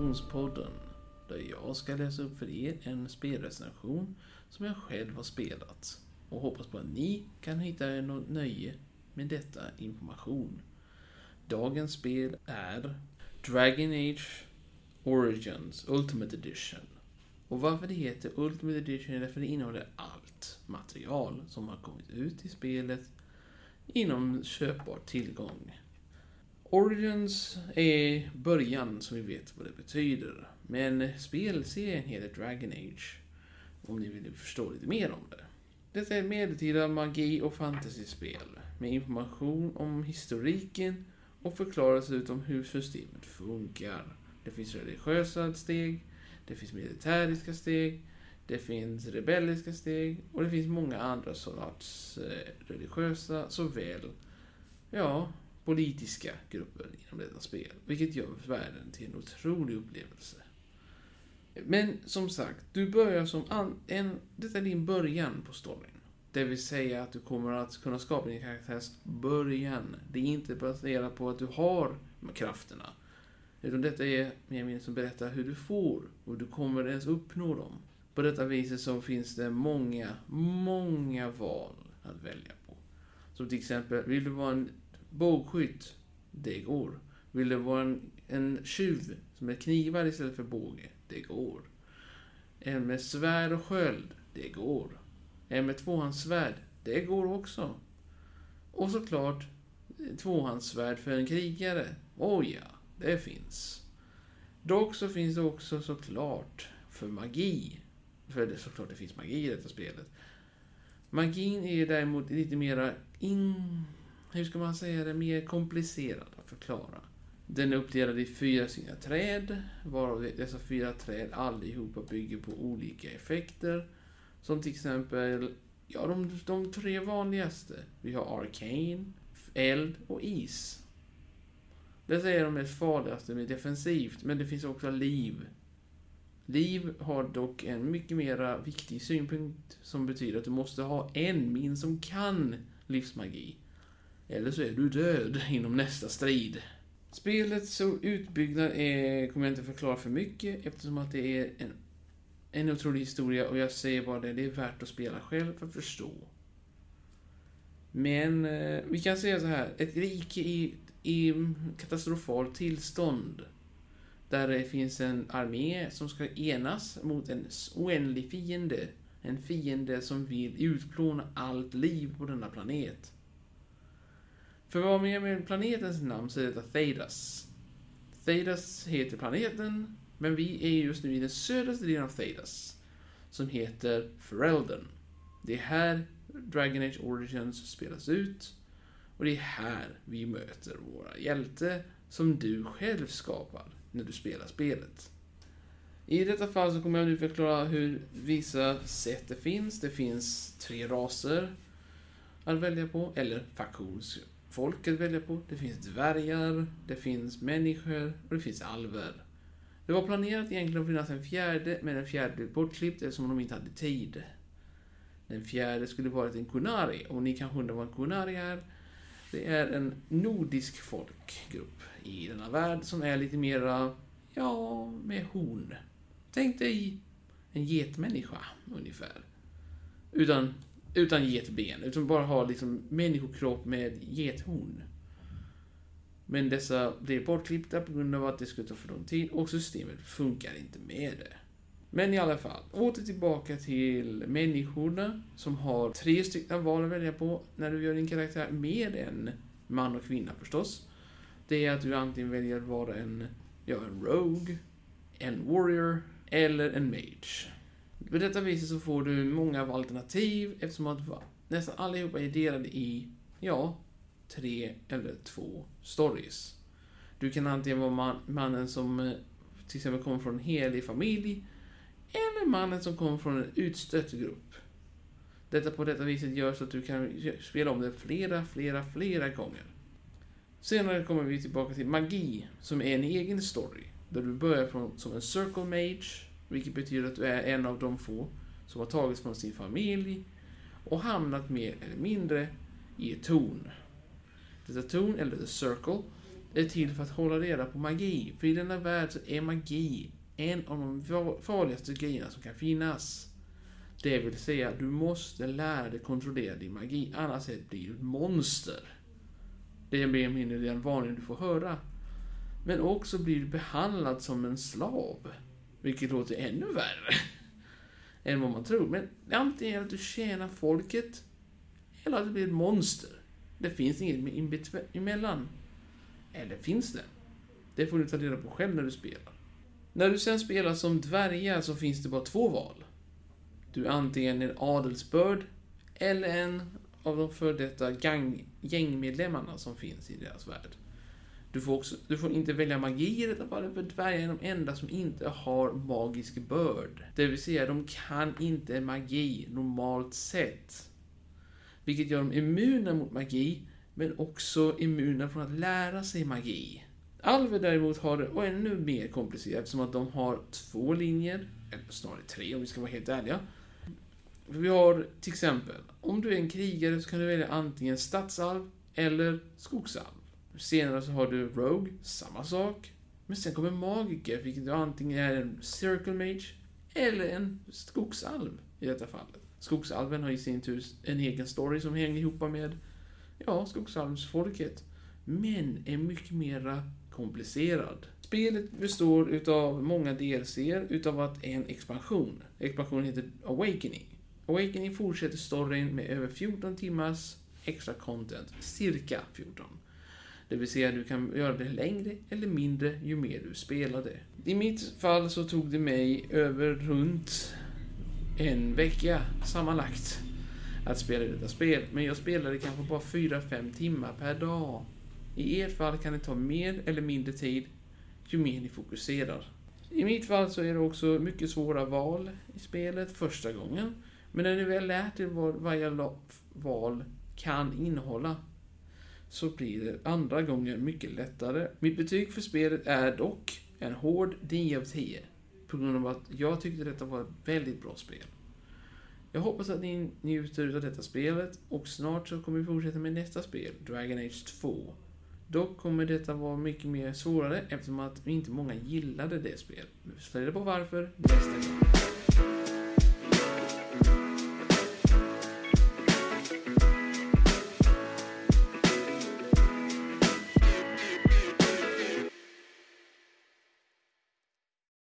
recensionspodden, där jag ska läsa upp för er en spelrecension som jag själv har spelat och hoppas på att ni kan hitta något nöje med detta information. Dagens spel är Dragon Age Origins Ultimate Edition. Och varför det heter Ultimate Edition är därför det innehåller allt material som har kommit ut i spelet inom köpbar tillgång. Origins är början, som vi vet vad det betyder. Men spelserien heter Dragon Age, om ni vill förstå lite mer om det. Detta är ett medeltida magi- och fantasyspel med information om historiken och förklarelse ut om hur systemet funkar. Det finns religiösa steg, det finns militäriska steg, det finns rebelliska steg och det finns många andra sorts religiösa såväl politiska grupper inom detta spel, vilket gör världen till en otrolig upplevelse. Men som sagt, du börjar som detta är din början på storyn. Det vill säga att du kommer att kunna skapa din karaktärs början. Det är inte baserat på att du har krafterna, utan detta är mer minst som berättar hur du får och du kommer ens uppnå dem. På detta viset så finns det många val att välja på. Som till exempel, vill du vara en bågskytt? Det går. Vill du vara en tjuv som är knivar istället för båge? Det går. En med svärd och sköld? Det går. En med tvåhandssvärd? Det går också. Och såklart tvåhandssvärd för en krigare. Det finns. Dock så finns det också såklart för magi. För det såklart det finns magi i detta spelet. Magin är däremot lite mera mer komplicerad att förklara. Den är uppdelad i 4 träd, varav dessa 4 träd allihopa bygger på olika effekter. Som till exempel, de 3 vanligaste. Vi har arcane, eld och is. Dessa är de mest farligaste med defensivt, men det finns också liv. Liv har dock en mycket mer viktig synpunkt som betyder att du måste ha en min som kan livsmagi. Eller så är du död inom nästa strid. Spelets utbyggnad kommer jag inte förklara för mycket eftersom att det är en otrolig historia och jag säger bara det är värt att spela själv för att förstå. Men vi kan säga så här, ett rike i katastrofalt tillstånd där det finns en armé som ska enas mot en oändlig fiende. En fiende som vill utplåna allt liv på denna planet. För vad med planetens namn så är det Thedas. Thedas heter planeten, men vi är just nu i den södraste delen av Thedas, som heter Ferelden. Det är här Dragon Age Origins spelas ut, och det är här vi möter våra hjälte som du själv skapar när du spelar spelet. I detta fall så kommer jag nu förklara hur vissa sätt det finns. Det finns 3 raser att välja på, eller faktionsfolk att välja på. Det finns dvärgar, det finns människor och det finns alver. Det var planerat egentligen att finnas en 4:e, men den 4:e blev bortklippt eftersom de inte hade tid. Den 4:e skulle varit en Qunari, och ni kanske undrar vad en Qunari är. Det är en nordisk folkgrupp i denna värld som är lite mera, med horn. Tänk dig en getmänniska ungefär. Utan getben, utan bara ha liksom människokropp med gethorn. Men dessa blir bortklippta på grund av att det skulle ta för lång tid och systemet funkar inte med det. Men i alla fall, åter tillbaka till människorna som har 3 stycken val att välja på när du gör din karaktär med en man och kvinna förstås. Det är att du antingen väljer att vara en rogue, en warrior eller en mage. På detta viset så får du många alternativ eftersom att nästan allihopa är delade i 3 eller 2 stories. Du kan antingen vara mannen som till exempel kommer från en helig familj eller mannen som kommer från en utstött grupp. På detta viset gör så att du kan spela om det flera gånger. Senare kommer vi tillbaka till magi, som är en egen story. Där du börjar som en circle mage, vilket betyder att du är en av de få som har tagits från sin familj och hamnat mer eller mindre i ett torn. Detta torn, eller the circle, är till för att hålla reda på magi. För i denna värld så är magi en av de farligaste grejerna som kan finnas. Det vill säga, du måste lära dig kontrollera din magi, annars blir du ett monster. Det är mer eller mindre den varning du får höra. Men också blir du behandlad som en slav, vilket låter ännu värre än vad man tror. Men antingen att du tjänar folket eller att du blir ett monster. Det finns inget emellan. Eller finns det? Det får du ta reda på själv när du spelar. När du sen spelar som dvärgar så finns det bara 2 val. Du är antingen en adelsbörd eller en av de för detta gängmedlemmarna som finns i deras värld. Du får inte välja magi i detta fall, för dvärgar är de enda som inte har magisk börd. Det vill säga, de kan inte magi normalt sett. Vilket gör dem immuna mot magi, men också immuna från att lära sig magi. Alver däremot har det ännu mer komplicerat, eftersom att de har 2 linjer, eller snarare 3 om vi ska vara helt ärliga. Vi har till exempel, om du är en krigare så kan du välja antingen stadsalv eller skogsalv. Senare så har du Rogue, samma sak. Men sen kommer Magiker, vilket antingen är en Circle Mage eller en skogsalv i detta fallet. Skogsalven har i sin tur en egen story som hänger ihop med skogsalvsfolket. Men är mycket mer komplicerad. Spelet består utav många DLC:er utav att en expansion. Expansionen heter Awakening. Awakening fortsätter storyn med över 14 timmars extra content. Cirka 14. Det vill säga att du kan göra det längre eller mindre ju mer du spelade. I mitt fall så tog det mig över runt en vecka sammanlagt att spela detta spel. Men jag spelade kanske bara 4-5 timmar per dag. I ert fall kan det ta mer eller mindre tid ju mer ni fokuserar. I mitt fall så är det också mycket svåra val i spelet första gången. Men när ni väl lärt er vad varje val kan innehålla så blir det andra gången mycket lättare. Mitt betyg för spelet är dock en hård 9 av 10. På grund av att jag tyckte detta var ett väldigt bra spel. Jag hoppas att ni njuter av detta spelet och snart så kommer vi fortsätta med nästa spel, Dragon Age 2. Dock kommer detta vara mycket mer svårare eftersom att inte många gillade det spelet. Vi får reda på varför nästa gång.